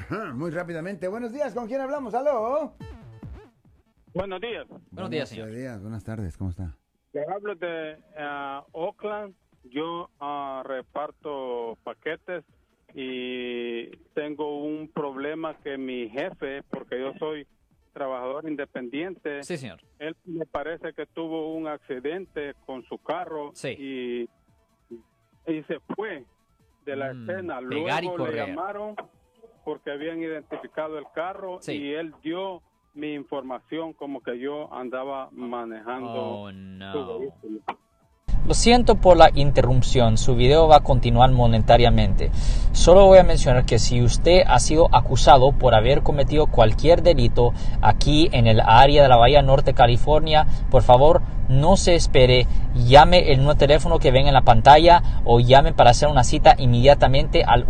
Muy rápidamente. Buenos días, ¿con quién hablamos? ¿Aló? Buenos días. Buenos días, señor. Buenos días, buenas tardes, ¿cómo está? Le hablo de Oakland. Yo reparto paquetes y tengo un problema que mi jefe, porque yo soy trabajador independiente, Sí, señor. él me parece que tuvo un accidente con su carro Sí. y se fue de la escena. pegar y Luego le correr. llamaron porque habían identificado el carro Sí. y él dio mi información como que yo andaba manejando Oh, su no. vehículo. Lo siento por la interrupción, su video va a continuar momentáneamente. Solo voy a mencionar que si usted ha sido acusado por haber cometido cualquier delito aquí en el área de la Bahía Norte, California, por favor no se espere, llame el nuevo teléfono que ven en la pantalla o llame para hacer una cita inmediatamente al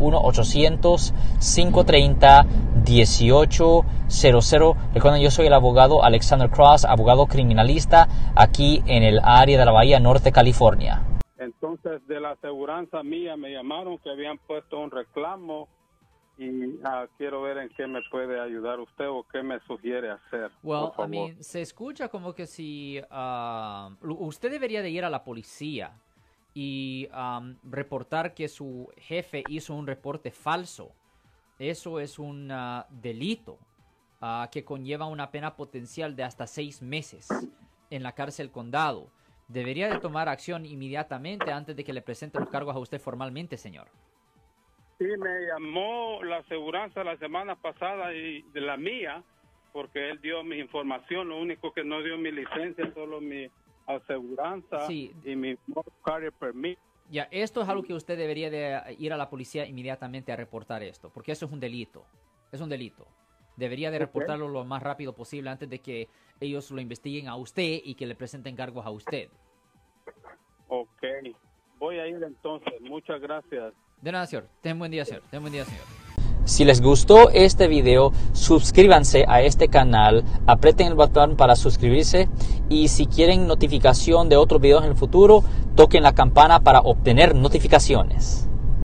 1-800-530-1800. Recuerden, yo soy el abogado Alexander Cross, abogado criminalista aquí en el área de la Bahía Norte, California. Entonces, de la aseguranza mía me llamaron que habían puesto un reclamo y quiero ver en qué me puede ayudar usted o qué me sugiere hacer. Well, por favor. se escucha como que si usted debería de ir a la policía y reportar que su jefe hizo un reporte falso. Eso es un delito que conlleva una pena potencial de hasta 6 meses en la cárcel condado. Debería de tomar acción inmediatamente antes de que le presenten los cargos a usted formalmente, señor. Sí, me llamó la aseguranza la semana pasada y de la mía, porque él dio mi información, lo único que no dio mi licencia, solo mi aseguranza Sí. y mi motor carrier permit. Ya, esto es algo que usted debería de ir a la policía inmediatamente a reportar esto, porque eso es un delito. Es un delito. Debería de reportarlo lo más rápido posible antes de que ellos lo investiguen a usted y que le presenten cargos a usted. Ok, voy a ir entonces, muchas gracias. De nada, señor. Ten buen día, señor. Ten buen día, señor. Si les gustó este video, suscríbanse a este canal, aprieten el botón para suscribirse y si quieren notificación de otros videos en el futuro, toquen la campana para obtener notificaciones.